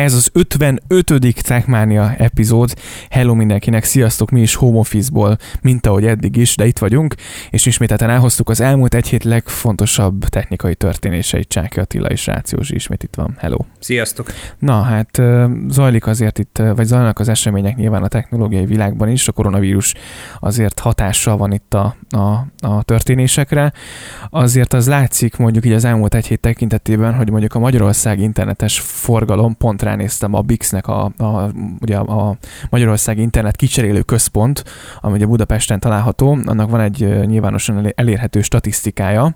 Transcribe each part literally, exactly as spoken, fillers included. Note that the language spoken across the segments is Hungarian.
Ez az ötvenötödik Techmania epizód. Hello mindenkinek, sziasztok, mi is home office-ból, mint ahogy eddig is, de itt vagyunk, és ismételten elhoztuk az elmúlt egy hét legfontosabb technikai történéseit. Csáki Attila és Rácz Józsi ismét itt van. Hello. Sziasztok. Na hát zajlik azért itt, vagy zajlanak az események nyilván a technológiai világban is, a koronavírus azért hatással van itt a, a, a történésekre. Azért az látszik mondjuk így az elmúlt egy hét tekintetében, hogy mondjuk a Magyarország internetes forgalom, pont ránéztem a bixnek a, a, ugye a Magyarország internet kicserélő központ, ami ugye Budapesten található, annak van egy nyilvánosan elérhető statisztikája,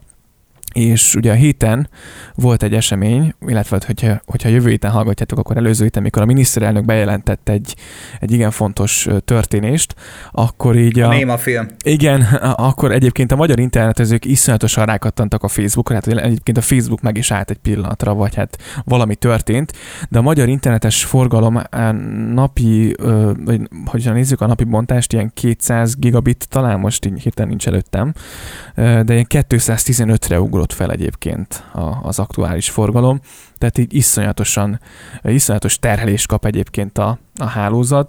és ugye a héten volt egy esemény, illetve hogyha, hogyha jövő héten hallgatjátok, akkor előző héten, mikor a miniszterelnök bejelentett egy, egy igen fontos történést, akkor így a... A Néma film. Igen, akkor egyébként a magyar internetezők iszonyatosan rákattantak a Facebookra, hát egyébként a Facebook meg is állt egy pillanatra, vagy hát valami történt, de a magyar internetes forgalom napi, vagy hogyha nézzük a napi bontást, ilyen kétszáz gigabit, talán most így hirtelen nincs előttem, de ilyen kétszáztizenötre ugrott fel egyébként az aktuális forgalom, tehát így iszonyatosan, iszonyatos terhelést kap egyébként a, a hálózat,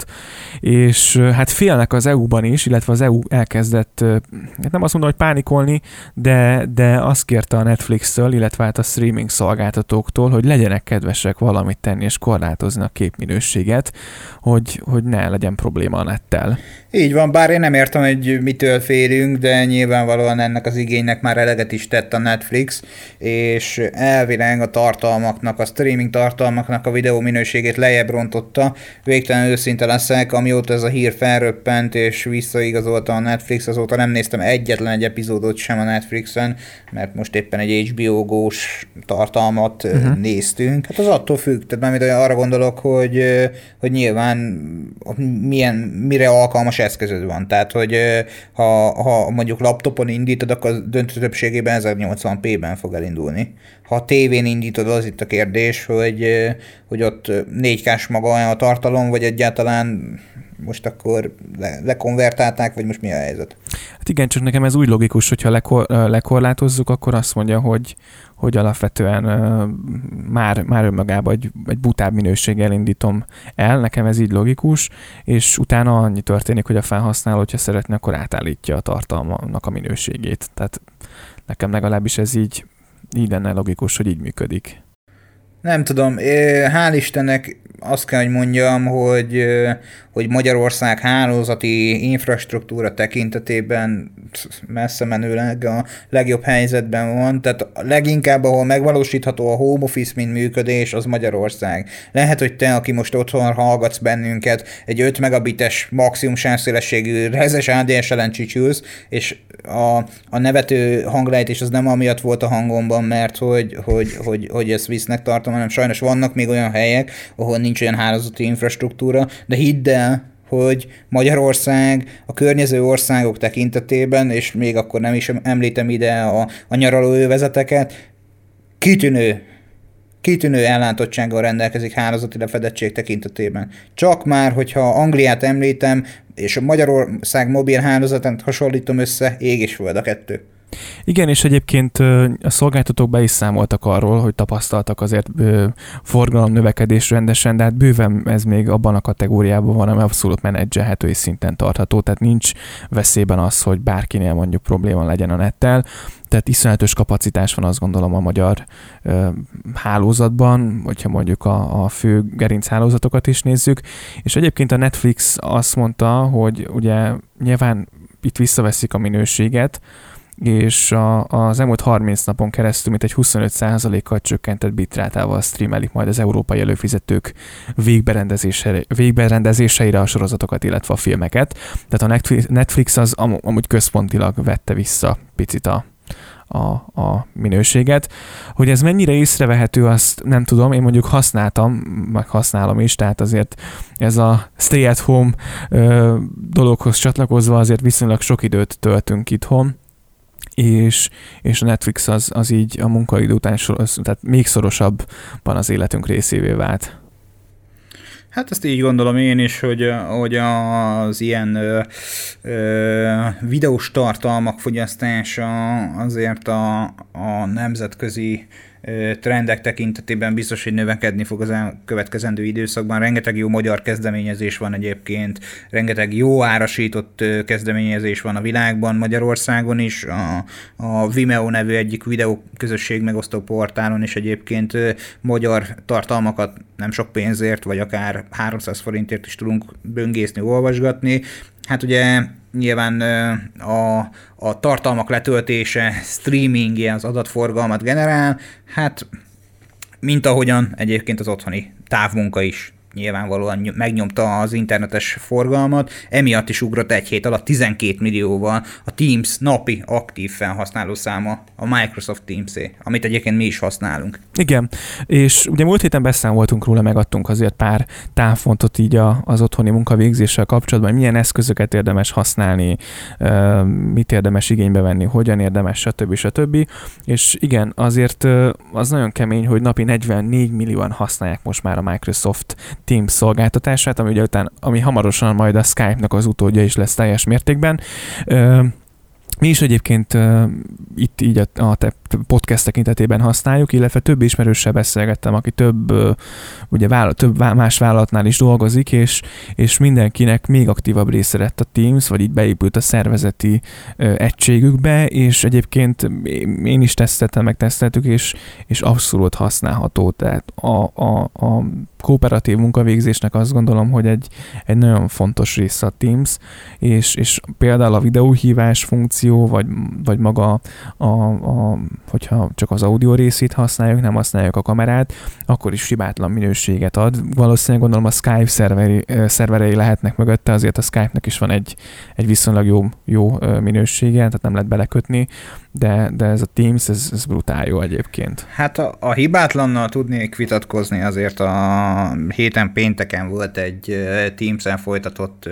és hát félnek az é u-ban is, illetve az é u elkezdett, hát nem azt mondom, hogy pánikolni, de, de azt kérte a Netflix-től, illetve hát a streaming szolgáltatóktól, hogy legyenek kedvesek valamit tenni és korlátozni a képminőséget, hogy, hogy ne legyen probléma a nettel. Így van, bár én nem értem, hogy mitől félünk, de nyilvánvalóan ennek az igénynek már eleget is tett a Netflix, és elvileg a tartalmaknak, a streaming tartalmaknak a videó minőségét lejjebb rontotta. Végtelen őszinte leszek, amióta ez a hír felröppent és visszaigazolta a Netflix, azóta nem néztem egyetlen egy epizódot sem a Netflixen, mert most éppen egy há bé o Go-s tartalmat uh-huh. néztünk. Hát az attól függ, tehát mármint arra gondolok, hogy, hogy nyilván milyen, mire alkalmas eszközöd van. Tehát, hogy ha, ha mondjuk laptopon indítod, akkor döntő többségében ezernyolcvan pé-ben fog elindulni. Ha a tévén indítod, az itt a kérdés, hogy, hogy ott négy ká-s maga a tartalom, vagy egyáltalán most akkor le, lekonvertálták, vagy most mi a helyzet? Hát igen, csak nekem ez úgy logikus, hogyha lekor, lekorlátozzuk, akkor azt mondja, hogy, hogy alapvetően uh, már, már önmagában egy, egy butább minőséggel indítom el, nekem ez így logikus, és utána annyi történik, hogy a felhasználó, hogyha szeretne, akkor átállítja a tartalmának a minőségét. Tehát nekem legalábbis ez így, így lenne logikus, hogy így működik. Nem tudom, hál' Istennek azt kell, hogy mondjam, hogy, hogy Magyarország hálózati infrastruktúra tekintetében messze menőleg a legjobb helyzetben van, tehát leginkább, ahol megvalósítható a home office, mint működés, az Magyarország. Lehet, hogy te, aki most otthon hallgatsz bennünket, egy öt megabites maximum sávszélességű rezes á dé es elen csicsülsz, és a, a nevető hanglejtés az nem amiatt volt a hangomban, mert hogy, hogy, hogy, hogy ezt visznek tartom, hanem sajnos vannak még olyan helyek, ahol nincs olyan hálózati infrastruktúra, de hidd el, hogy Magyarország a környező országok tekintetében, és még akkor nem is említem ide a, a nyaralóövezeteket, kitűnő, kitűnő ellátottsággal rendelkezik hálózati lefedettség tekintetében. Csak már, hogyha Angliát említem, és a Magyarország mobil hálózatát hasonlítom össze, ég és föld a kettő. Igen, és egyébként a szolgáltatók be is számoltak arról, hogy tapasztaltak azért forgalom növekedés rendesen, de hát bőven ez még abban a kategóriában van, ami abszolút menedzselhető és szinten tartható, tehát nincs veszélyben az, hogy bárkinél mondjuk probléma legyen a nettel, tehát iszonyatos kapacitás van, azt gondolom, a magyar ö, hálózatban, hogyha mondjuk a, a fő gerinc hálózatokat is nézzük, és egyébként a Netflix azt mondta, hogy ugye nyilván itt visszaveszik a minőséget, és a, az elmúlt harminc napon keresztül mint egy huszonöt százalékkal csökkentett bitrátával streamelik majd az európai előfizetők végberendezésére, végberendezéseire a sorozatokat, illetve a filmeket. Tehát a Netflix az am- amúgy központilag vette vissza picit a, a, a minőséget. Hogy ez mennyire észrevehető, azt nem tudom, én mondjuk használtam, meg használom is, tehát azért ez a stay at home ö, dologhoz csatlakozva azért viszonylag sok időt töltünk itthon, és, és a Netflix az, az így a munkaidő után soros, tehát még szorosabban az életünk részévé vált. Hát ezt így gondolom én is, hogy, hogy az ilyen ö, ö, videós tartalmak fogyasztása azért a, a nemzetközi trendek tekintetében biztos, hogy növekedni fog az következendő időszakban. Rengeteg jó magyar kezdeményezés van egyébként, rengeteg jó árasított kezdeményezés van a világban, Magyarországon is, a, a Vimeo nevű egyik videó közösség megosztó portálon is egyébként magyar tartalmakat nem sok pénzért, vagy akár háromszáz forintért is tudunk böngészni, olvasgatni. Hát ugye nyilván a, a tartalmak letöltése, streamingje az adatforgalmat generál, hát mint ahogyan egyébként az otthoni távmunka is nyilvánvalóan megnyomta az internetes forgalmat, emiatt is ugrott egy hét alatt tizenkét millióval a Teams napi aktív felhasználó száma, a Microsoft Teams-é, amit egyébként mi is használunk. Igen, és ugye múlt héten beszámoltunk róla, megadtunk azért pár távpontot így a, az otthoni munkavégzéssel kapcsolatban, milyen eszközöket érdemes használni, mit érdemes igénybe venni, hogyan érdemes, stb. stb. És igen, azért az nagyon kemény, hogy napi negyvennégy millióan használják most már a Microsoft Teams szolgáltatását, ami ugye után, ami hamarosan majd a Skype-nak az utódja is lesz teljes mértékben. Mi is egyébként uh, itt így a, a podcast tekintetében használjuk, illetve több ismerőssel beszélgettem, aki több, uh, ugye vállalat, több más vállalatnál is dolgozik, és, és mindenkinek még aktívabb része lett a Teams, vagy így beépült a szervezeti uh, egységükbe, és egyébként én is teszteltem, meg teszteltük, és, és abszolút használható. Tehát a, a, a kooperatív munkavégzésnek azt gondolom, hogy egy, egy nagyon fontos része a Teams, és, és például a videóhívás funkció, vagy, vagy maga, a, a, hogyha csak az audio részét használjuk, nem használjuk a kamerát, akkor is hibátlan minőséget ad. Valószínűleg gondolom a Skype szerveri, szerverei lehetnek mögötte, azért a Skype-nak is van egy, egy viszonylag jó, jó minősége, tehát nem lehet belekötni, de, de ez a Teams, ez, ez brutál jó egyébként. Hát a, a hibátlannal tudnék vitatkozni, azért a héten pénteken volt egy Teams-en folytatott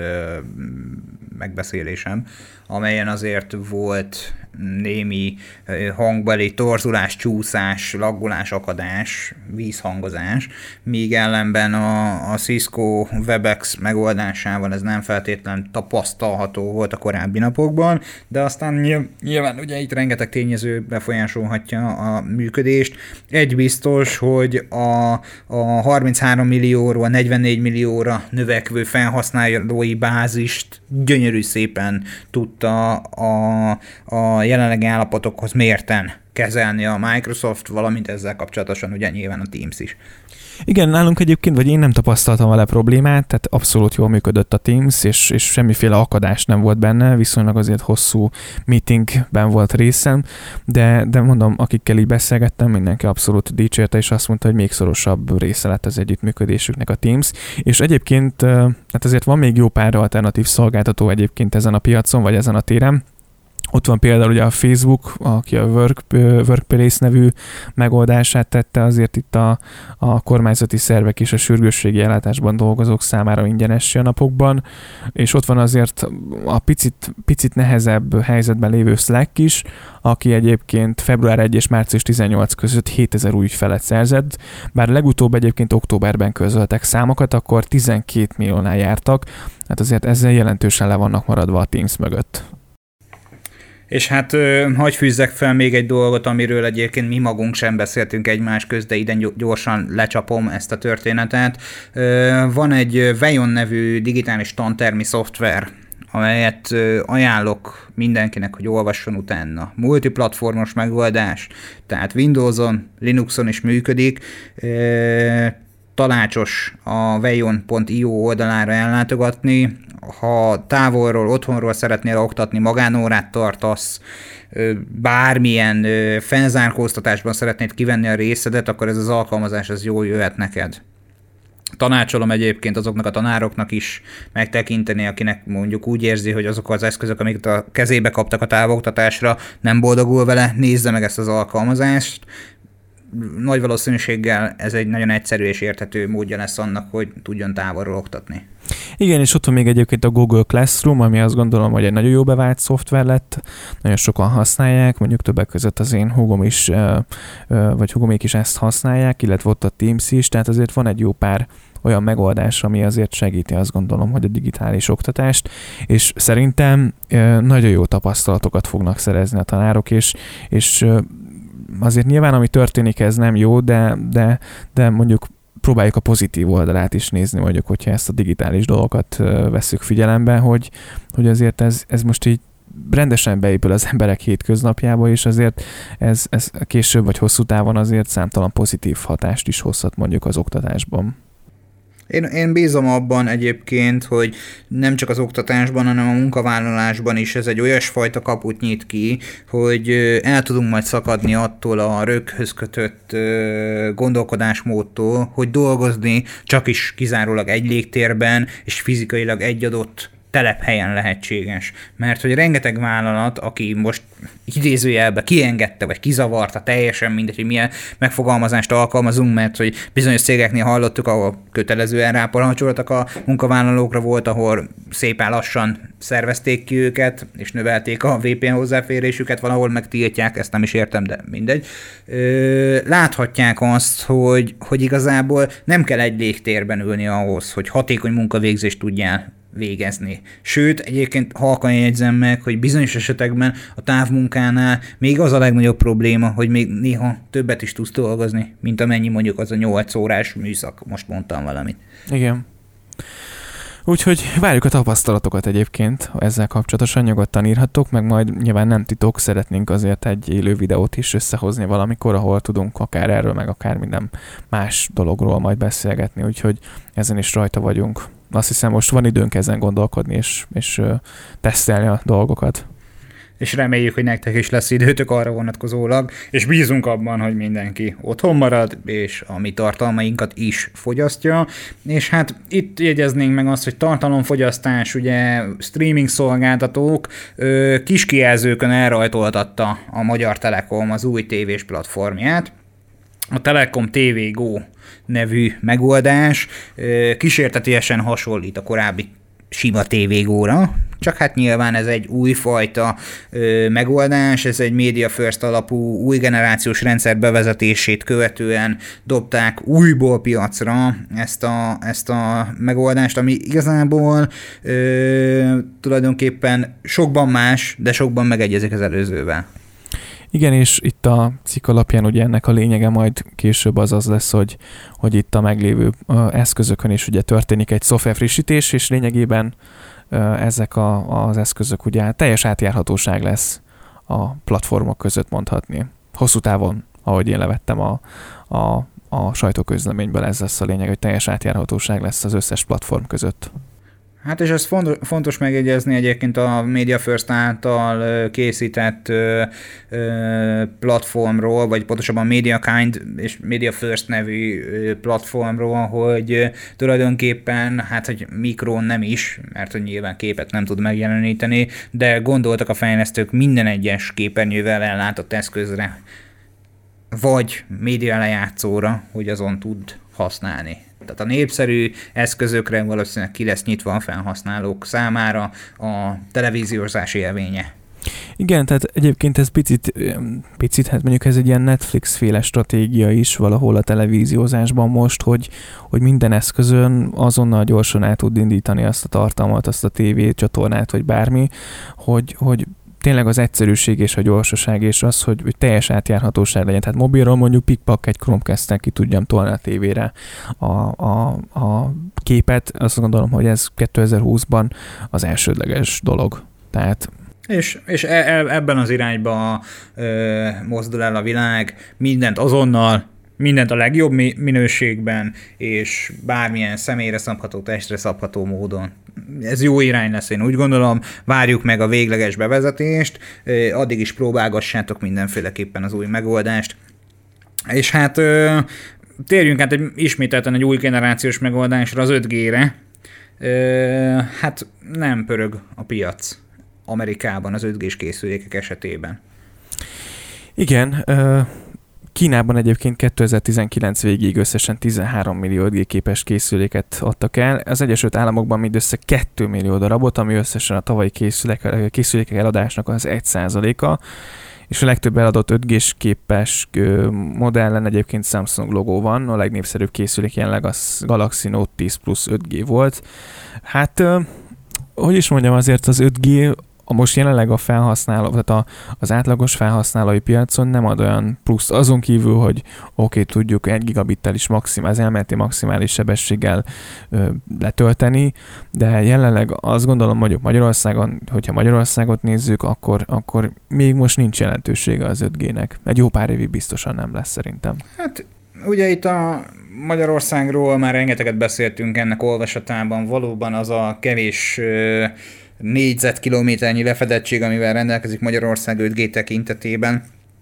megbeszélésem, amelyen azért volt némi hangbeli torzulás, csúszás, laggulás, akadás, vízhangozás, míg ellenben a, a Cisco Webex megoldásával ez nem feltétlenül tapasztalható volt a korábbi napokban, de aztán nyilván ugye itt rengeteg tényező befolyásolhatja a működést. Egy biztos, hogy a, a harminchárom millióról negyvennégy millióra növekvő felhasználói bázist gyönyörű szépen tudta a, a jelenlegi állapotokhoz mérten kezelni a Microsoft, valamint ezzel kapcsolatosan ugye nyilván a Teams is. Igen, nálunk egyébként, vagy én nem tapasztaltam vele problémát, tehát abszolút jól működött a Teams, és, és semmiféle akadás nem volt benne, viszonylag azért hosszú meetingben volt részem, de, de mondom, akikkel így beszélgettem, mindenki abszolút dicsérte, és azt mondta, hogy még szorosabb része lett az együttműködésüknek a Teams, és egyébként hát azért van még jó pár alternatív szolgáltató egyébként ezen a piacon, vagy ezen a téren. Ott van például ugye a Facebook, aki a Work, Workplace nevű megoldását tette, azért itt a, a kormányzati szervek és a sürgősségi ellátásban dolgozók számára ingyenes a napokban, és ott van azért a picit, picit nehezebb helyzetben lévő Slack is, aki egyébként február elseje és március tizennyolcadika között hétezer új ügyfelet szerzett, bár legutóbb egyébként októberben közöltek számokat, akkor tizenkét milliónál jártak, hát azért ezzel jelentősen le vannak maradva a Teams mögött. És hát hagyj fűzzek fel még egy dolgot, amiről egyébként mi magunk sem beszéltünk egymás közt, de ide gyorsan lecsapom ezt a történetet. Van egy Veyon nevű digitális tantermi szoftver, amelyet ajánlok mindenkinek, hogy olvasson utána. Multiplatformos megoldás, tehát Windowson, Linuxon is működik. Tanácsos a veyon pont io oldalára ellátogatni. Ha távolról, otthonról szeretnél oktatni, magánórát tartasz, bármilyen felzárkóztatásban szeretnéd kivenni a részedet, akkor ez az alkalmazás az jól jöhet neked. Tanácsolom egyébként azoknak a tanároknak is megtekinteni, akinek mondjuk úgy érzi, hogy azok az eszközök, amiket a kezébe kaptak a távoktatásra, nem boldogul vele, nézze meg ezt az alkalmazást. Nagy valószínűséggel ez egy nagyon egyszerű és érthető módja lesz annak, hogy tudjon távolról oktatni. Igen, és ott van még egyébként a Google Classroom, ami azt gondolom, hogy egy nagyon jó bevált szoftver lett, nagyon sokan használják, mondjuk többek között az én húgom is, vagy húgomék is ezt használják, illetve ott a Teams is, tehát azért van egy jó pár olyan megoldás, ami azért segíti, azt gondolom, hogy a digitális oktatást, és szerintem nagyon jó tapasztalatokat fognak szerezni a tanárok, és, és azért nyilván, ami történik, ez nem jó, de, de, de mondjuk próbáljuk a pozitív oldalát is nézni, mondjuk, hogyha ezt a digitális dolgokat vesszük figyelembe, hogy, hogy azért ez, ez most így rendesen beépül az emberek hétköznapjába, és azért ez, ez később vagy hosszú távon azért számtalan pozitív hatást is hozhat mondjuk az oktatásban. Én, én bízom abban egyébként, hogy nem csak az oktatásban, hanem a munkavállalásban is ez egy olyasfajta kaput nyit ki, hogy el tudunk majd szakadni attól a röghöz kötött gondolkodásmódtól, hogy dolgozni csak is kizárólag egy légtérben, és fizikailag egy adott telephelyen lehetséges. Mert hogy rengeteg vállalat, aki most idézőjelbe kiengedte, vagy kizavarta, teljesen mindegy, hogy milyen megfogalmazást alkalmazunk, mert hogy bizonyos cégeknél hallottuk, ahol kötelezően ráparancsoltak a munkavállalókra, volt, ahol szépen lassan szervezték ki őket, és növelték a vé pé en hozzáférésüket, valahol megtiltják, ezt nem is értem, de mindegy. Láthatják azt, hogy, hogy igazából nem kell egy légtérben ülni ahhoz, hogy hatékony munkavégzést tudjál végezni. Sőt, egyébként halkan jegyzem meg, hogy bizonyos esetekben a távmunkánál még az a legnagyobb probléma, hogy még néha többet is tudsz dolgozni, mint amennyi mondjuk az a nyolc órás műszak. Most mondtam valamit. Igen. Úgyhogy várjuk a tapasztalatokat egyébként, ezzel kapcsolatosan nyugodtan írhattok, meg majd nyilván nem titok, szeretnénk azért egy élő videót is összehozni valamikor, ahol tudunk akár erről, meg akár minden más dologról majd beszélgetni, úgyhogy ezen is rajta vagyunk. Azt hiszem, most van időnk ezen gondolkodni, és, és uh, tesztelni a dolgokat. És reméljük, hogy nektek is lesz időtök arra vonatkozólag, és bízunk abban, hogy mindenki otthon marad, és a mi tartalmainkat is fogyasztja. És hát itt jegyeznénk meg azt, hogy tartalomfogyasztás, ugye streaming szolgáltatók ö, kis kijelzőkön elrajtoltatta a Magyar Telekom az új tévés platformját. A Telekom té vé Go nevű megoldás kísértetiesen hasonlít a korábbi sima té vé Go-ra, csak hát nyilván ez egy újfajta ö, megoldás, ez egy Media First alapú új generációs rendszer bevezetését követően dobták újból piacra ezt a, ezt a megoldást, ami igazából ö, tulajdonképpen sokban más, de sokban megegyezik az előzővel. Igen, és itt a cikk alapján ugye ennek a lényege majd később az az lesz, hogy, hogy itt a meglévő eszközökön is ugye történik egy szoftver frissítés, és lényegében ezek a, az eszközök ugye teljes átjárhatóság lesz a platformok között mondhatni. Hosszú távon, ahogy én levettem a, a, a sajtóközleményből, ez lesz a lényeg, hogy teljes átjárhatóság lesz az összes platform között. Hát és ez fontos megjegyezni egyébként a Media First által készített platformról, vagy pontosabban MediaKind és Media First nevű platformról, hogy tulajdonképpen, hát hogy mikron nem is, mert hogy nyilván képet nem tud megjeleníteni, de gondoltak a fejlesztők minden egyes képernyővel ellátott eszközre, vagy média lejátszóra, hogy azon tud használni. Tehát a népszerű eszközökre valószínűleg ki lesz nyitva a felhasználók számára a televíziózás élménye. Igen, tehát egyébként ez picit, picit, hát mondjuk ez egy ilyen Netflix-féle stratégia is valahol a televíziózásban most, hogy, hogy minden eszközön azonnal gyorsan el tud indítani azt a tartalmat, azt a tévé csatornát, vagy bármi, hogy, hogy tényleg az egyszerűség és a gyorsaság, és az, hogy, hogy teljes átjárhatóság legyen. Tehát mobilról mondjuk pikpak egy Chromecast-tel ki tudjam tolni a tévére a, a, a képet. Azt gondolom, hogy ez kétezer-húszban az elsődleges dolog. Tehát És, és e, ebben az irányba ö, mozdul el a világ, mindent azonnal, mindent a legjobb minőségben, és bármilyen személyre szabható, testre szabható módon. Ez jó irány lesz, én úgy gondolom. Várjuk meg a végleges bevezetést, addig is próbálgassátok mindenféleképpen az új megoldást. És hát térjünk át egy, ismételten egy új generációs megoldásra, az öt G-re. Hát nem pörög a piac Amerikában az öt G-s készülékek esetében. Igen, Kínában egyébként kétezer-tizenkilenc végéig összesen tizenhárom millió öt G képes készüléket adtak el, az Egyesült Államokban mindössze két millió darabot, ami összesen a tavalyi készülékek, készülékek eladásnak az egy százaléka, és a legtöbb eladott öt G-s képes modellen egyébként Samsung logó van, a legnépszerűbb készülék jelenleg az Galaxy Note tíz Plus öt G volt. Hát, hogy is mondjam, azért az öt G a most jelenleg a felhasználó, tehát a, az átlagos felhasználói piacon nem ad olyan plusz. Azon kívül, hogy oké, okay, tudjuk egy gigabittel is maximál, az elméleti maximális sebességgel ö, letölteni, de jelenleg azt gondolom, mondjuk Magyarországon, hogyha Magyarországot nézzük, akkor, akkor még most nincs jelentősége az öt G-nek. Egy jó pár évig biztosan nem lesz szerintem. Hát ugye itt a Magyarországról már rengeteget beszéltünk ennek olvasatában, valóban az a kevés ö, négyzetkilométernyi lefedettség, amivel rendelkezik Magyarország öt G tekintetében,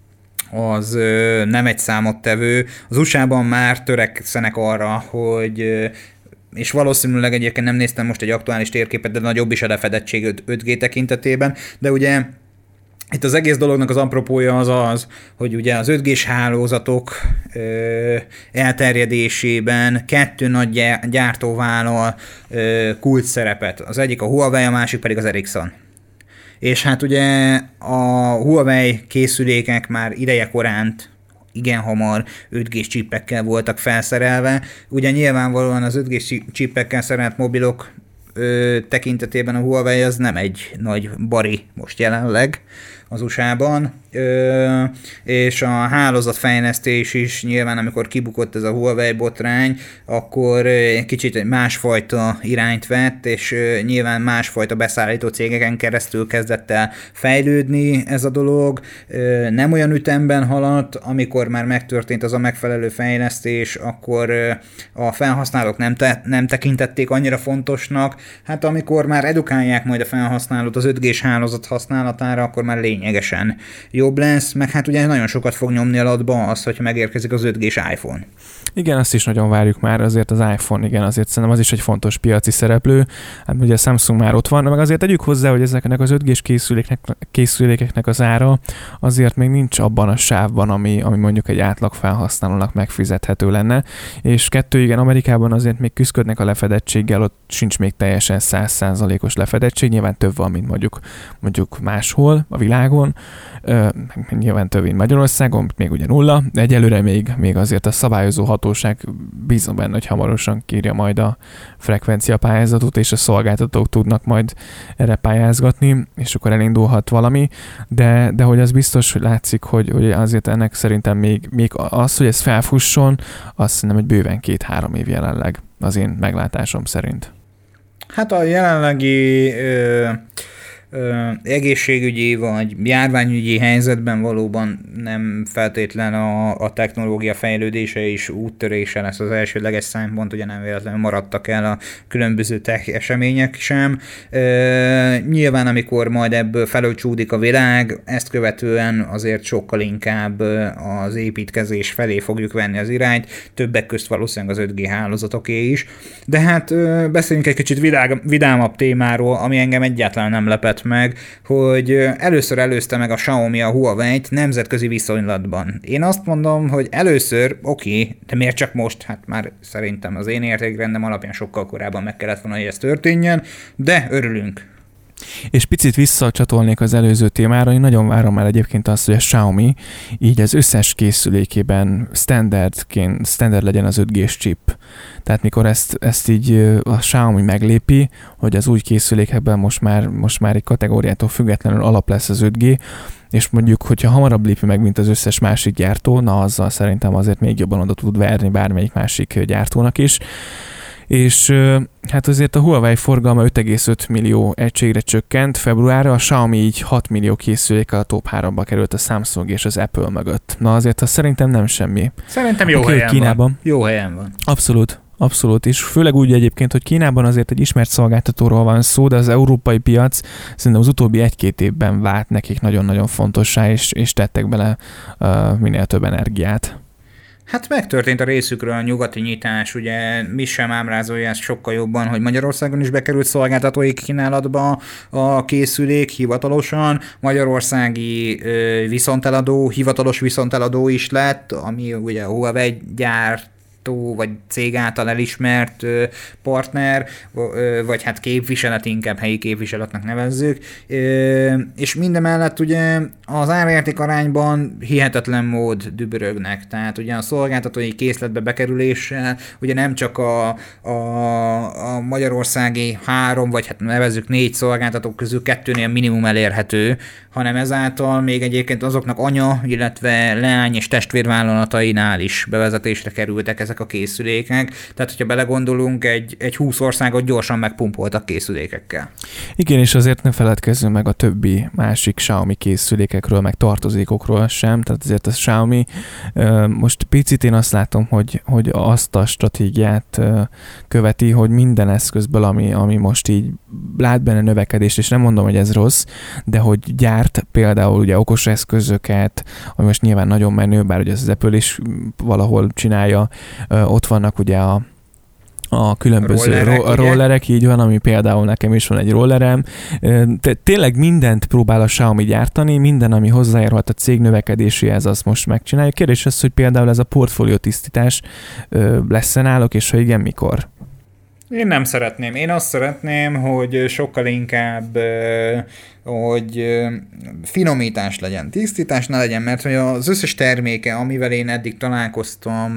az ö, nem egy számottevő. Az u es á-ban már törekszenek arra, hogy ö, és valószínűleg egyébként nem néztem most egy aktuális térképet, de nagyobb is a lefedettség öt G tekintetében, de ugye itt az egész dolognak az apropója az az, hogy ugye az öt G-s hálózatok ö, elterjedésében kettő nagy gyártó vállal ö, kulcs szerepet. Az egyik a Huawei, a másik pedig az Ericsson. És hát ugye a Huawei készülékek már ideje koránt igen hamar öt G-s csippekkel voltak felszerelve. Ugye nyilvánvalóan az öt G-s csippekkel szerelt mobilok ö, tekintetében a Huawei az nem egy nagy bari most jelenleg az u es á-ban, ö, és a hálózatfejlesztés is nyilván, amikor kibukott ez a Huawei botrány, akkor egy kicsit másfajta irányt vett, és ö, nyilván másfajta beszállító cégeken keresztül kezdett el fejlődni ez a dolog. Ö, nem olyan ütemben haladt, amikor már megtörtént az a megfelelő fejlesztés, akkor ö, a felhasználók nem, te, nem tekintették annyira fontosnak. Hát amikor már edukálják majd a felhasználót az öt G-s hálózat használatára, akkor már lényegesen jobb lesz, meg hát ugye nagyon sokat fog nyomni alatba az, hogyha megérkezik az öt G-s iPhone. Igen, azt is nagyon várjuk már, azért az iPhone, igen, azért szerintem az is egy fontos piaci szereplő. Hát ugye a Samsung már ott van, meg azért tegyük hozzá, hogy ezeknek az öt G-s készülékeknek, készülékeknek az ára azért még nincs abban a sávban, ami, ami mondjuk egy átlag felhasználónak megfizethető lenne. És kettő, igen, Amerikában azért még küzdködnek a lefedettséggel, ott sincs még teljesen száz százalékos lefedettség, nyilván több van, mint mondjuk, mondjuk máshol a világon. Ö, nyilván több, mint Magyarországon, még ugye nulla, de egyelőre még, még azért a szabályozó hatóság bízom benne, hogy hamarosan kírja majd a frekvencia pályázatot, és a szolgáltatók tudnak majd erre pályázgatni, és akkor elindulhat valami, de, de hogy az biztos, hogy látszik, hogy, hogy azért ennek szerintem még, még az, hogy ez felfusson, azt szerintem, hogy bőven két-három év jelenleg az én meglátásom szerint. Hát a jelenlegi ö, ö, egészségügyi vagy járványügyi helyzetben valóban nem feltétlen a, a technológia fejlődése és úttörése lesz az elsődleges szempont, ugye nem véletlenül maradtak el a különböző tech események sem. Ö, nyilván, amikor majd ebből felölcsúdik a világ, ezt követően azért sokkal inkább az építkezés felé fogjuk venni az irányt, többek közt valószínűleg az öt G hálózatoké is. De hát ö, beszéljünk egy kicsit világ, vidámabb témáról, ami engem egyáltalán nem lepett meg, hogy először előzte meg a Xiaomi a Huawei-t nemzetközi viszonylatban. Én azt mondom, hogy először, oké, okay, de miért csak most? Hát már szerintem az én értékrendem alapján sokkal korábban meg kellett volna, hogy ez történjen, de örülünk. És picit visszacsatolnék az előző témára, én nagyon várom már egyébként azt, hogy a Xiaomi így az összes készülékében standardként, standard legyen az öt G-s chip. Tehát mikor ezt, ezt így a Xiaomi meglépi, hogy az új készülékekben most már, most már egy kategóriától függetlenül alap lesz az öt G, és mondjuk, hogyha hamarabb lépi meg, mint az összes másik gyártó, na azzal szerintem azért még jobban oda tud verni bármelyik másik gyártónak is. És hát azért a Huawei forgalma öt egész öt millió egységre csökkent februárra, a Xiaomi így hat millió készülékkel a top háromba került a Samsung és az Apple mögött. Na azért az szerintem nem semmi. Szerintem jó okay, helyen Kínában, van. Jó helyen van. Abszolút. Abszolút, és főleg úgy egyébként, hogy Kínában azért egy ismert szolgáltatóról van szó, de az európai piac szerintem az utóbbi egy-két évben vált nekik nagyon-nagyon fontossá, és, és tettek bele uh, minél több energiát. Hát megtörtént a részükről a nyugati nyitás, ugye mi sem ábrázolja ezt sokkal jobban, hogy Magyarországon is bekerült szolgáltatói kínálatba a készülék hivatalosan, magyarországi ö, viszonteladó, hivatalos viszonteladó is lett, ami ugye a Huawei gyárt, vagy cég által elismert partner, vagy hát képviselet, inkább helyi képviseletnek nevezzük, és mindemellett ugye az árérték arányban hihetetlen mód dübörögnek, tehát ugye a szolgáltatói készletbe bekerüléssel ugye nem csak a, a a magyarországi három, vagy hát nevezzük négy szolgáltatók közül kettőnél minimum elérhető, hanem ezáltal még egyébként azoknak anya, illetve leány és testvérvállalatainál is bevezetésre kerültek ezek a készülékek. Tehát, hogyha belegondolunk, egy, egy húsz országot gyorsan megpumpoltak készülékekkel. Igen, és azért ne feledkezzünk meg a többi másik Xiaomi készülékekről, meg tartozékokról sem. Tehát azért a Xiaomi most picit én azt látom, hogy, hogy azt a stratégiát követi, hogy minden eszközből, ami, ami most így lát benne növekedést, és nem mondom, hogy ez rossz, de hogy gyárt például ugye okos eszközöket, ami most nyilván nagyon menő, bár ugye az Apple is valahol csinálja, ott vannak ugye a a különböző rollerek, ro- rollerek, így van, ami például nekem is van egy rollerem. Te, tényleg mindent próbál a Xiaomi gyártani, minden, ami hozzájárulhat a cég növekedéséhez, azt most megcsinálja. Kérdés az, hogy például ez a portfólió tisztítás lesz-e náluk, és ha igen, mikor? Én nem szeretném. Én azt szeretném, hogy sokkal inkább, hogy finomítás legyen, tisztítás ne legyen, mert hogy az összes terméke, amivel én eddig találkoztam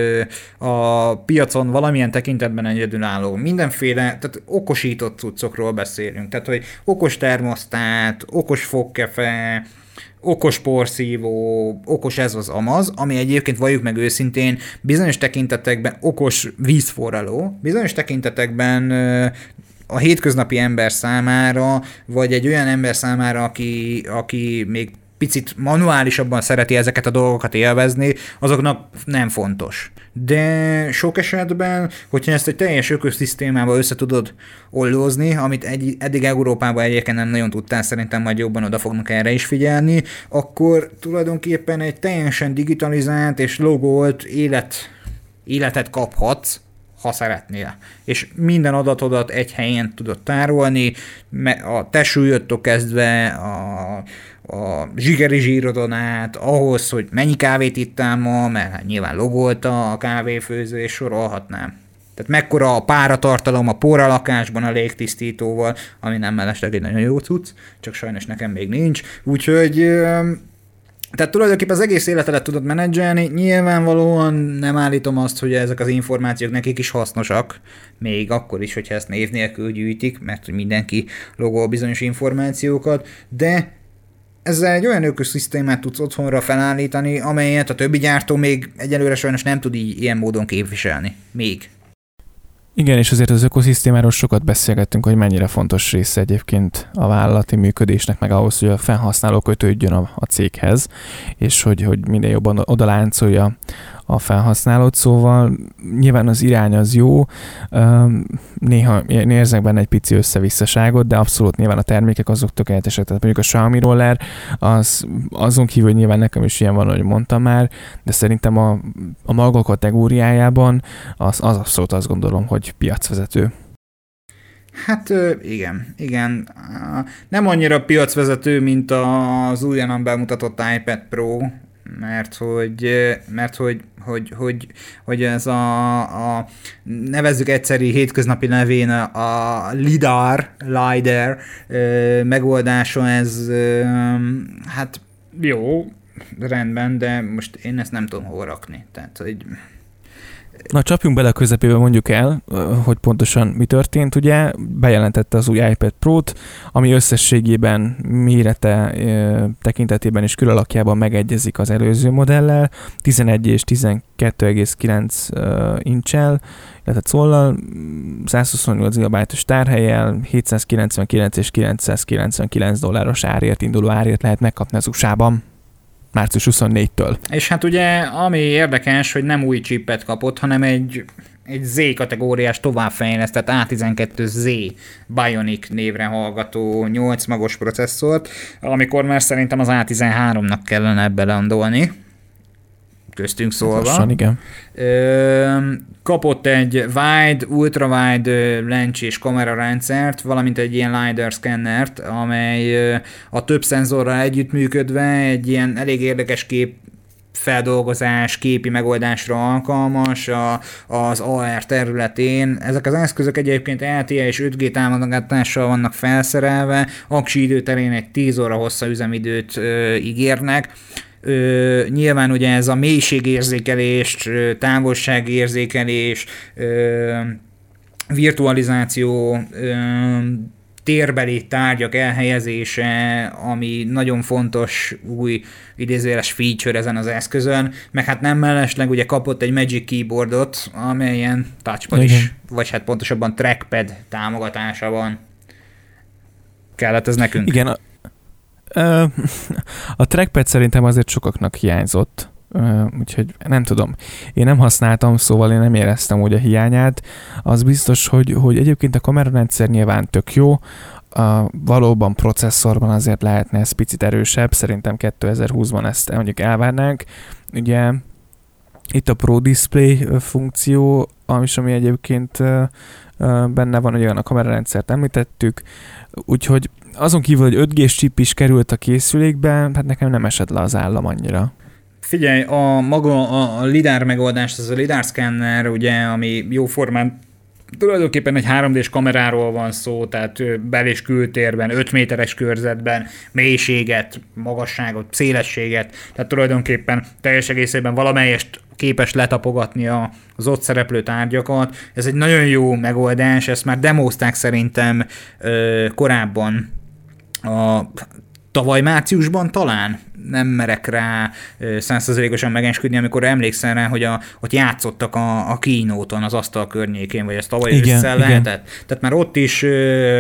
a piacon valamilyen tekintetben egyedülálló, mindenféle, tehát okosított cuccokról beszélünk, tehát hogy okos termosztát, okos fogkefe, okos porszívó, okos ez az amaz, ami egyébként valljuk meg őszintén bizonyos tekintetekben okos vízforraló, bizonyos tekintetekben a hétköznapi ember számára, vagy egy olyan ember számára, aki, aki még picit manuálisabban szereti ezeket a dolgokat élvezni, azoknak nem fontos. De sok esetben, hogyha ezt egy teljes ökoszisztémába össze tudod ollózni, amit egy, eddig Európában egyébként nem nagyon tudtál, szerintem majd jobban oda fognak erre is figyelni, akkor tulajdonképpen egy teljesen digitalizált és logolt élet, életet kaphatsz, ha szeretnél. És minden adatodat egy helyen tudod tárolni, a te súlyodtól kezdve a, a zsigeri zsírodon át, ahhoz, hogy mennyi kávét ittál ma, mert hát nyilván logolta a kávéfőző, és sorolhatnám. Tehát mekkora a páratartalom a póralakásban a légtisztítóval, ami nem mellesleg egy nagyon jó cucc, csak sajnos nekem még nincs. Úgyhogy tehát tulajdonképpen az egész életedet tudod menedzselni, nyilvánvalóan nem állítom azt, hogy ezek az információk nekik is hasznosak, még akkor is, hogyha ezt név nélkül gyűjtik, mert mindenki logol bizonyos információkat, de ezzel egy olyan ökoszisztémát tudsz otthonra felállítani, amelyet a többi gyártó még egyelőre sajnos nem tud így ilyen módon képviselni. Még. Igen, és azért az ökoszisztémáról sokat beszélgettünk, hogy mennyire fontos része egyébként a vállalati működésnek, meg ahhoz, hogy a felhasználó kötődjön a, a céghez, és hogy, hogy minden jobban odaláncolja a felhasználót, szóval nyilván az irány az jó, néha én érzek benne egy pici összevisszaságot, de abszolút nyilván a termékek azok tökéletesek, tehát mondjuk a Xiaomi roller, az, azon kívül nyilván nekem is ilyen van, ahogy mondtam már, de szerintem a, a maga kategóriájában az, az abszolút azt gondolom, hogy piacvezető. Hát igen, igen. Nem annyira piacvezető, mint az újonnan bemutatott iPad Pro, mert hogy, mert hogy, hogy, hogy, hogy ez a, a nevezzük egyszerű hétköznapi nevén a lidar, lidar megoldása, ez hát jó, rendben, de most én ezt nem tudom hol rakni. Tehát, hogy Na, csapjunk bele a közepébe, mondjuk el, hogy pontosan mi történt. Ugye bejelentette az új iPad Pro-t, ami összességében mérete tekintetében és külalakjában megegyezik az előző modellel, tizenegy és tizenkettő egész kilenc incsel, illetve collal, százhuszonnyolc gigabájtos tárhellyel, hétszázkilencvenkilenc és kilencszázkilencvenkilenc dolláros árért, induló árért lehet megkapni az u es á-ban. március huszonnégyedikétől. És hát ugye, ami érdekes, hogy nem új chipet kapott, hanem egy, egy Z kategóriás továbbfejlesztett á tizenkettő Z Bionic névre hallgató nyolc magos processzort, amikor már szerintem az á tizenháromnak kellene ebbe landolni. Köztünk szólva. Lassan, igen. Ö, kapott egy wide, ultrawide lencsés kamerarendszert, valamint egy ilyen LiDAR szkennert, amely a több szenzorral együttműködve egy ilyen elég érdekes kép feldolgozás, képi megoldásra alkalmas a, az á er területén. Ezek az eszközök egyébként el té é és öt G támogatással vannak felszerelve, aksi időterén egy tíz óra hossza üzemidőt ö, ígérnek. Ö, nyilván ugye ez a mélységérzékelést, távolságérzékelés, ö, virtualizáció, térbeli tárgyak elhelyezése, ami nagyon fontos új idézőjeles feature ezen az eszközön, meg hát nem mellesleg ugye kapott egy Magic Keyboardot, amelyen touchpad Igen. is, vagy hát pontosabban trackpad támogatása van. Kellett ez nekünk? Igen, a, a trackpad szerintem azért sokaknak hiányzott, úgyhogy nem tudom. Én nem használtam, szóval én nem éreztem úgy a hiányát. Az biztos, hogy, hogy egyébként a kamerarendszer nyilván tök jó, a valóban processzorban azért lehetne ez picit erősebb, szerintem kétezer-húszban ezt mondjuk elvárnánk. Ugye itt a Pro Display funkció, ami, ami egyébként benne van, hogy a kamerarendszert említettük, úgyhogy azon kívül, hogy öt G-s chip is került a készülékbe, hát nekem nem esett le az állam annyira. Figyelj, a maga a, a lidár megoldás, ez a lidár szkenner, ugye, ami jóformán tulajdonképpen egy három dés kameráról van szó, tehát bel- és kültérben, öt méteres körzetben, mélységet, magasságot, szélességet, tehát tulajdonképpen teljes egészében valamelyest képes letapogatni a, az ott szereplő tárgyakat. Ez egy nagyon jó megoldás, ezt már demozták szerintem ö, korábban a tavaly márciusban talán, nem merek rá száz százalékosan megesküdni, amikor emlékszem rá, hogy a, ott játszottak a, a keynote-on az asztal környékén, vagy ez tavaly ősszel lehetett. Tehát már ott is ö,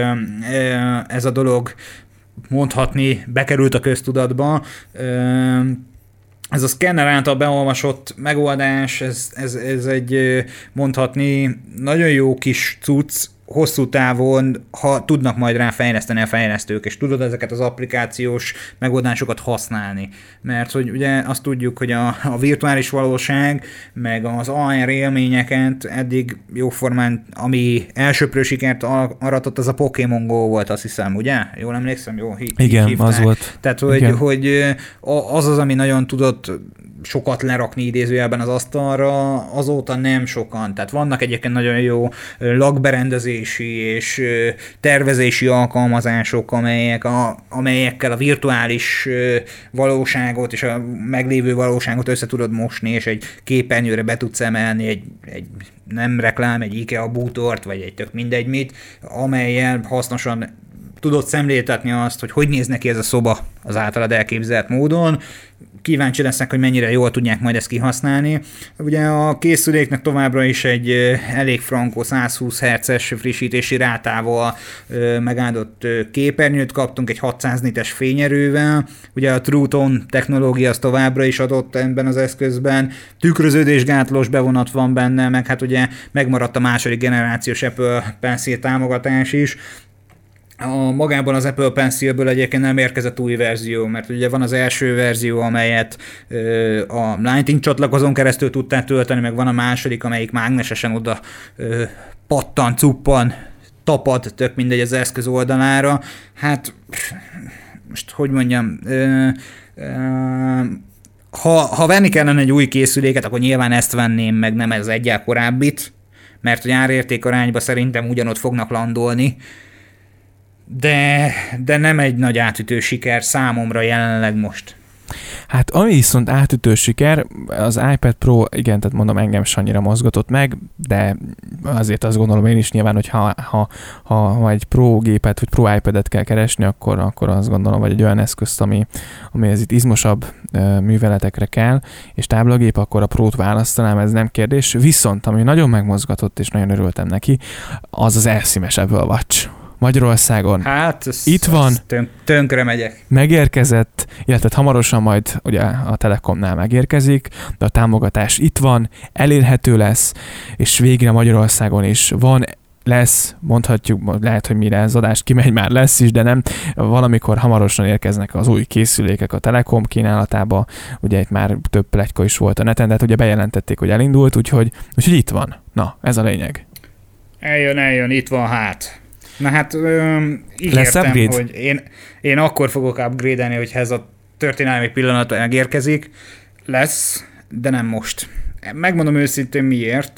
ö, ez a dolog mondhatni bekerült a köztudatba. Ö, ez a szkenner által beolvasott megoldás, ez, ez, ez egy mondhatni nagyon jó kis cucc, hosszú távon, ha tudnak majd rá fejleszteni a fejlesztők, és tudod ezeket az applikációs megoldásokat használni. Mert hogy ugye azt tudjuk, hogy a, a virtuális valóság, meg az á er élményeket eddig jóformán, ami elsőprő sikert aratott, az a Pokémon Go volt, azt hiszem, ugye? Jól emlékszem? Jó, hí- Igen, hívták. az volt. Tehát, hogy, Igen. hogy az az, ami nagyon tudott sokat lerakni idézőjelben az asztalra, azóta nem sokan. Tehát vannak egyébként nagyon jó lakberendezési és tervezési alkalmazások, amelyek a, amelyekkel a virtuális valóságot és a meglévő valóságot össze tudod mosni, és egy képernyőre be tudsz emelni egy, egy nem reklám, egy IKEA bútort, vagy egy tök mindegy mit, amellyel hasznosan tudod szemléltetni azt, hogy hogy néz neki ez a szoba az általad elképzelt módon. Kíváncsi lesznek, hogy mennyire jól tudják majd ezt kihasználni. Ugye a készüléknek továbbra is egy elég frankó száz húsz hertzes frissítési rátával megáldott képernyőt kaptunk, egy hatszáz nites fényerővel. Ugye a True Tone technológia az továbbra is adott ebben az eszközben. Tükröződésgátlós bevonat van benne, meg hát ugye megmaradt a második generációs Apple Pencil támogatás is. A magában az Apple Pencilből egyébként nem érkezett új verzió, mert ugye van az első verzió, amelyet ö, a Lightning csatlakozón keresztül tudták tölteni, meg van a második, amelyik mágnesesen oda ö, pattan, cuppan, tapad, tök mindegy az eszköz oldalára. Hát, most hogy mondjam, ö, ö, ha, ha venni kellene egy új készüléket, akkor nyilván ezt venném, meg nem ez egyel korábbit, mert hogy árérték arányba szerintem ugyanott fognak landolni, De, de nem egy nagy átütő siker számomra jelenleg most. Hát ami viszont átütő siker, az iPad Pro, igen, tehát mondom, engem is annyira mozgatott meg, de azért azt gondolom én is nyilván, hogy ha, ha, ha, ha egy Pro gépet, vagy Pro iPad-et kell keresni, akkor, akkor azt gondolom, vagy egy olyan eszközt, ami, ami ez itt izmosabb uh, műveletekre kell, és táblagép, akkor a Pro-t választanám, ez nem kérdés. Viszont, ami nagyon megmozgatott, és nagyon örültem neki, az az elszímes Apple Watch. Magyarországon. Hát, ez, itt van. Tön- tönkre megyek. Megérkezett, illetve hamarosan majd ugye a Telekomnál megérkezik, de a támogatás itt van, elérhető lesz, és végre Magyarországon is van, lesz, mondhatjuk, lehet, hogy mire az adás kimegy, már lesz is, de nem. Valamikor hamarosan érkeznek az új készülékek a Telekom kínálatába, ugye itt már több pletyka is volt a neten, de hát ugye bejelentették, hogy elindult, úgyhogy, úgyhogy itt van. Na, ez a lényeg. Eljön, eljön, itt van hát. Na hát öm, ígértem, hogy én, én akkor fogok upgrade-elni, hogyha ez a történelmi pillanat megérkezik. Lesz, de nem most. Megmondom őszintén miért.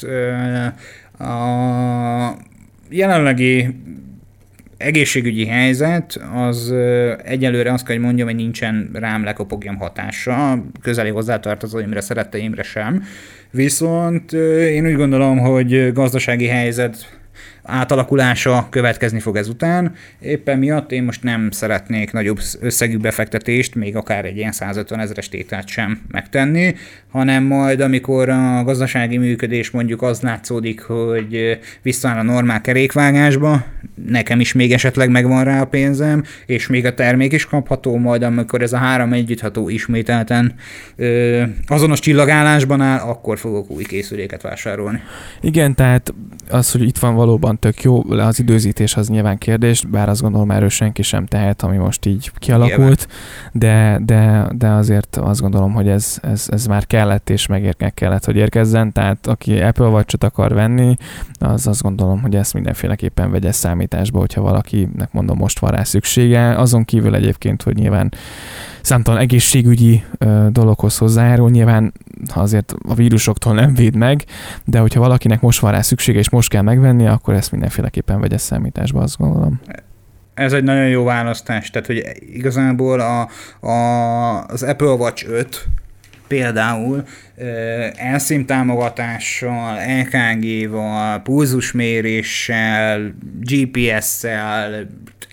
A jelenlegi egészségügyi helyzet az egyelőre azt kell, hogy mondjam, hogy nincsen rám lekopogjam hatása, közeli hozzátartozóimra, szeretteimre sem. Viszont én úgy gondolom, hogy gazdasági helyzet átalakulása következni fog ezután. Éppen miatt én most nem szeretnék nagyobb összegű befektetést, még akár egy ilyen százötven ezeres tételt sem megtenni, hanem majd amikor a gazdasági működés mondjuk az látszódik, hogy visszaáll a normál kerékvágásba, nekem is még esetleg megvan rá a pénzem, és még a termék is kapható, majd amikor ez a három együttható ismételten ö, azonos csillagállásban áll, akkor fogok új készüléket vásárolni. Igen, tehát az, hogy itt van valóban tök jó, az időzítés az nyilván kérdés, bár azt gondolom erről senki sem tehet, ami most így kialakult, de, de, de azért azt gondolom, hogy ez, ez, ez már kellett, és megérnek kellett, hogy érkezzen, tehát aki Apple Watch-ot akar venni, az azt gondolom, hogy ezt mindenféleképpen vegye számításba, hogyha valakinek mondom most van rá szüksége, azon kívül egyébként, hogy nyilván számtalan egészségügyi ö, dologhoz hozzájárul, nyilván azért a vírusoktól nem véd meg, de hogyha valakinek most van rá szüksége, és most kell megvenni, akkor ezt mindenféleképpen vegye számításba, azt gondolom. Ez egy nagyon jó választás, tehát hogy igazából a, a, az Apple Watch öt például eSIM támogatással, é ká gé-val, pulzusméréssel, gé pé es-szel,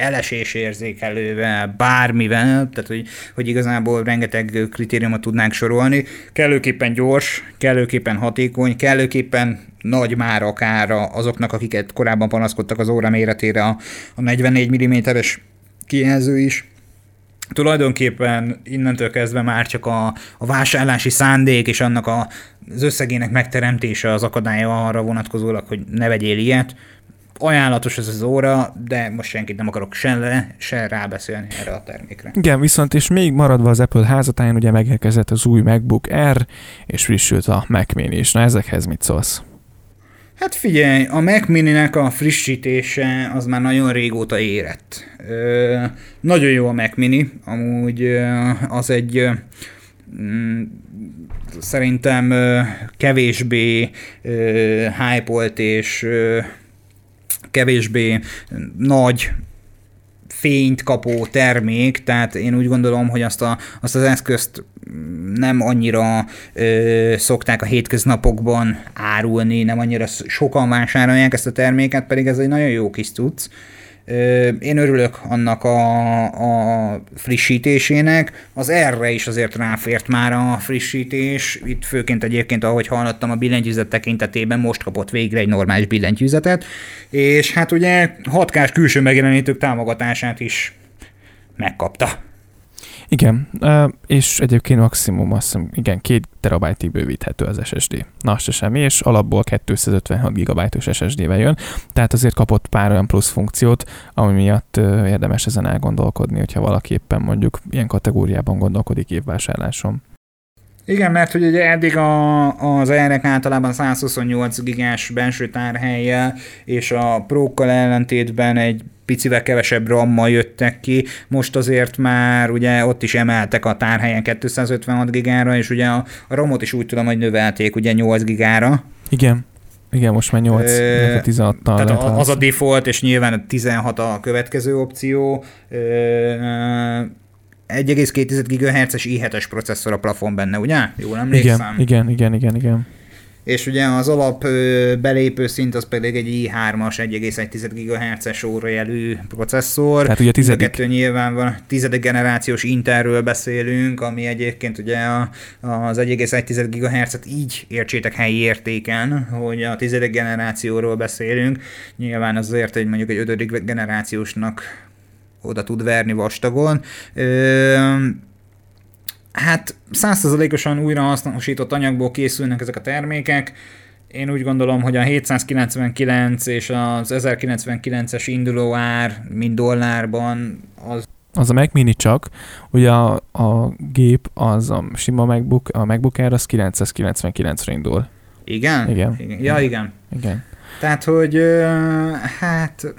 elesésérzékelővel, bármivel, tehát hogy, hogy igazából rengeteg kritériumot tudnánk sorolni. Kellőképpen gyors, kellőképpen hatékony, kellőképpen nagy már akár azoknak, akiket korábban panaszkodtak az óra méretére a, a negyvennégy milliméteres kijelző is. Tulajdonképpen innentől kezdve már csak a, a vásárlási szándék és annak a, az összegének megteremtése az akadálya arra vonatkozólag, hogy ne vegyél ilyet. Ajánlatos ez az óra, de most senkit nem akarok se le, se rábeszélni erre a termékre. Igen, viszont és még maradva az Apple házatáján, ugye megérkezett az új MacBook Air, és frissült a Mac Mini is. Na ezekhez mit szólsz? Hát figyelj, a Mac Mini-nek a frissítése az már nagyon régóta érett. Ö, nagyon jó a Mac Mini, amúgy ö, az egy ö, m, szerintem ö, kevésbé ö, hype-olt és ö, kevésbé nagy fényt kapó termék, tehát én úgy gondolom, hogy azt, a, azt az eszközt nem annyira ö, szokták a hétköznapokban árulni, nem annyira sokan vásárolják ezt a terméket, pedig ez egy nagyon jó kis cucc. Ö, én örülök annak a, a frissítésének, az erre is azért ráfért már a frissítés, itt főként egyébként, ahogy hallottam, a billentyűzet tekintetében most kapott végre egy normális billentyűzetet, és hát ugye hat kás külső megjelenítők támogatását is megkapta. Igen, és egyébként maximum azt hiszem, igen, két terabájtig bővíthető az es es dé. Na, se semmi, és alapból kétszázötvenhat gigabájtos es es dé-vel jön, tehát azért kapott pár olyan plusz funkciót, ami miatt érdemes ezen elgondolkodni, hogyha valaki éppen mondjuk ilyen kategóriában gondolkodik évvásárláson. Igen, mert hogy ugye eddig a, az erek általában százhuszonnyolc gigás belső tárhellyel, és a Pro-kkal ellentétben egy picivel kevesebb RAM-mal jöttek ki, most azért már ugye ott is emeltek a tárhelyen kétszázötvenhat gigára, és ugye a, a RAM-ot is úgy tudom, hogy növelték ugye nyolc gigára. Igen. Igen, most már nyolc, ö, tizenhattal. Tehát az, az a default, és nyilván a tizenhat a következő opció. Ö, egy egész két gigahertzes i hetes processzor a plafon benne, ugye? Jól emlékszem? Igen, igen, igen, igen, igen. És ugye az alap belépő szint az pedig egy i hármas egy egész egy gigahertzes órajelű processzor. Tehát ugye a tizedik. Kettő nyilván van, tizedik generációs Intelről beszélünk, ami egyébként ugye a, az egy egész egy gigahertzet így értsétek helyi értéken, hogy a tizedik generációról beszélünk. Nyilván azért egy mondjuk egy ötödik generációsnak oda tud verni vastagon. Ö, Hát száz százalékosan újrahasznosított anyagból készülnek ezek a termékek. Én úgy gondolom, hogy a hétszázkilencvenkilenc és az ezerkilencvenkilences induló ár, mind dollárban, az... Az a Mac Mini csak, ugye a, a gép, az a sima MacBook, a MacBook Air az kilencszázkilencvenkilencre indul. Igen? Igen. igen. Ja, igen. Igen. Tehát, hogy hát...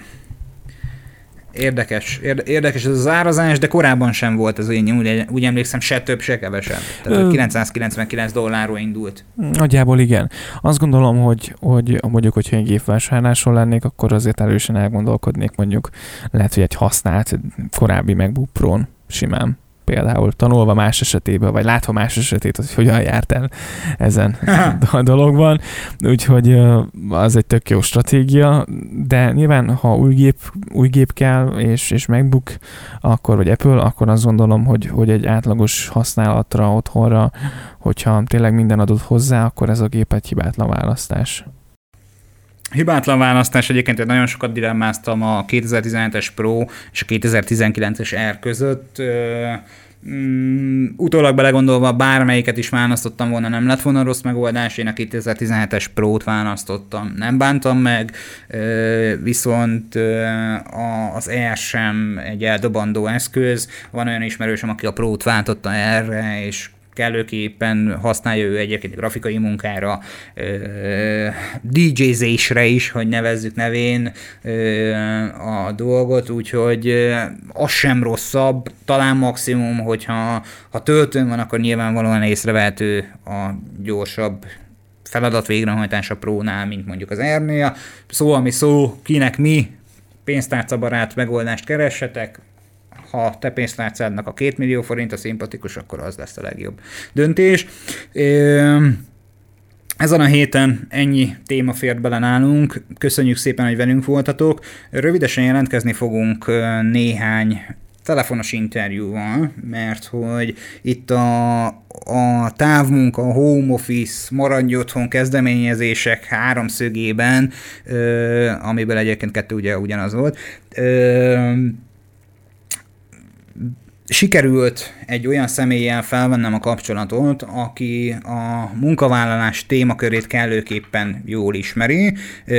Érdekes, érdekes ez az árazás, de korábban sem volt ez, én úgy, úgy emlékszem, se több, se kevesebb. Tehát kilencszázkilencvenkilenc dollárról indult. Nagyjából igen. Azt gondolom, hogy, hogy mondjuk, hogyha egy gépvásárláson lennék, akkor azért erősen elgondolkodnék mondjuk, lehet, hogy egy használt, korábbi MacBook Pro-n simán. például tanulva más esetében, vagy látva más esetét, hogy hogyan járt el ezen a dologban. Úgyhogy az egy tök jó stratégia, de nyilván, ha új gép, új gép kell, és, és MacBook, akkor, vagy Apple, akkor azt gondolom, hogy, hogy egy átlagos használatra, otthonra, hogyha tényleg minden adott hozzá, akkor ez a gép egy hibátlan választás. Hibátlan választás, egyébként én nagyon sokat dilemmáztam a kétezer-tizenhetes Pro és a kétezer-tizenkilences R között. Mm, utólag belegondolva bármelyiket is választottam volna, nem lett volna rossz megoldás, én a kétezer-tizenhetes Pro-t választottam, nem bántam meg, viszont az R sem egy eldobandó eszköz, van olyan ismerősöm, aki a Pro-t váltotta erre, és kellőképpen használja ő egyébként grafikai munkára, dé jé-zésre is, hogy nevezzük nevén a dolgot, úgyhogy az sem rosszabb, talán maximum, hogyha ha töltőn van, akkor nyilvánvalóan észrevehető a gyorsabb feladat végrehajtása Pro-nál, mint mondjuk az R-nél. Szó, ami szó, kinek mi, pénztárcabarát megoldást keressetek. Ha te pénztárcádnak a két millió forint a szimpatikus, akkor az lesz a legjobb döntés. Ezen a héten ennyi téma fért bele nálunk. Köszönjük szépen, hogy velünk voltatok. Rövidesen jelentkezni fogunk néhány telefonos interjúval, mert hogy itt a, a távmunka, a home office, maradj otthon kezdeményezések háromszögében, amiből egyébként kettő ugye ugyanaz volt, sikerült egy olyan személlyel felvennem a kapcsolatot, aki a munkavállalás témakörét kellőképpen jól ismeri.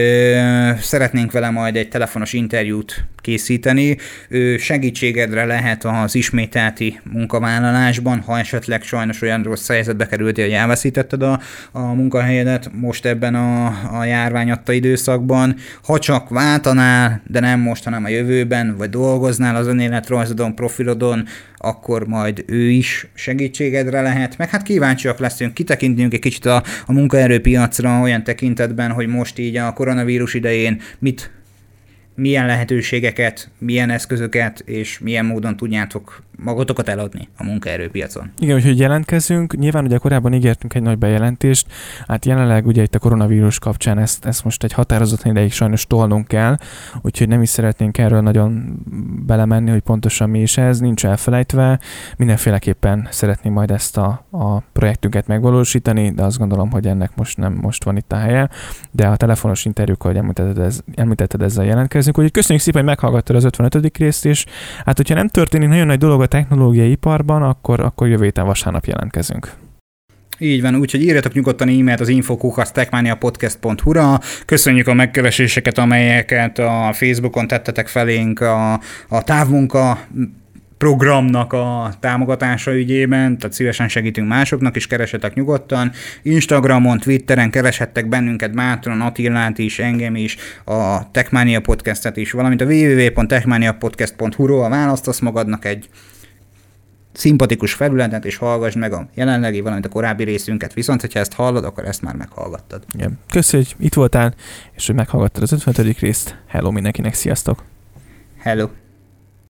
Szeretnénk vele majd egy telefonos interjút készíteni. Segítségedre lehet az ismételti munkavállalásban, ha esetleg sajnos olyan rossz helyzetbe kerültél, hogy elveszítetted a, a munkahelyedet most ebben a, a járvány adta időszakban. Ha csak váltanál, de nem most, hanem a jövőben, vagy dolgoznál az önéletrajzodon, profilodon, akkor majd ő is segítségedre lehet. Meg hát kíváncsiak leszünk, kitekintünk egy kicsit a, a munkaerőpiacra olyan tekintetben, hogy most így a koronavírus idején mit, milyen lehetőségeket, milyen eszközöket és milyen módon tudjátok magatokat eladni a munkaerőpiacon. Igen, úgyhogy jelentkezünk. Nyilván ugye korábban ígértünk egy nagy bejelentést, hát jelenleg ugye itt a koronavírus kapcsán ezt, ezt most egy határozatlan ideig sajnos tolnunk kell, úgyhogy nem is szeretnénk erről nagyon belemenni, hogy pontosan mi is ez, nincs elfelejtve. Mindenféleképpen szeretném majd ezt a, a projektünket megvalósítani, de azt gondolom, hogy ennek most nem most van itt a helye, de a telefonos interjúkkal, hogy említetted, ez, említetted ezzel jelentkezünk. Úgyhogy köszönjük szépen, hogy meghallgattad az ötvenötödik részt, és hát hogyha nem történik nagyon nagy dolog a technológiai iparban, akkor, akkor jövő héten vasárnap jelentkezünk. Így van, úgyhogy írjatok nyugodtan e-mailt az info kukac techmaniapodcast pont hu-ra. Köszönjük a megkereséseket, amelyeket a Facebookon tettetek felénk a, a távmunka programnak a támogatása ügyében, tehát szívesen segítünk másoknak is, keresetek nyugodtan. Instagramon, Twitteren kereshettek bennünket bátran, Attillát is, engem is, a Techmania Podcastet is, valamint a double-u double-u double-u pont techmaniapodcast pont hu-ról választasz magadnak egy szimpatikus felületet, és hallgass meg a jelenlegi, valamint a korábbi részünket. Viszont, hogyha ezt hallod, akkor ezt már meghallgattad. Igen. Köszönjük, hogy itt voltál, és hogy meghallgattad az ötvenötödik részt. Hello mindenkinek, sziasztok! Hello!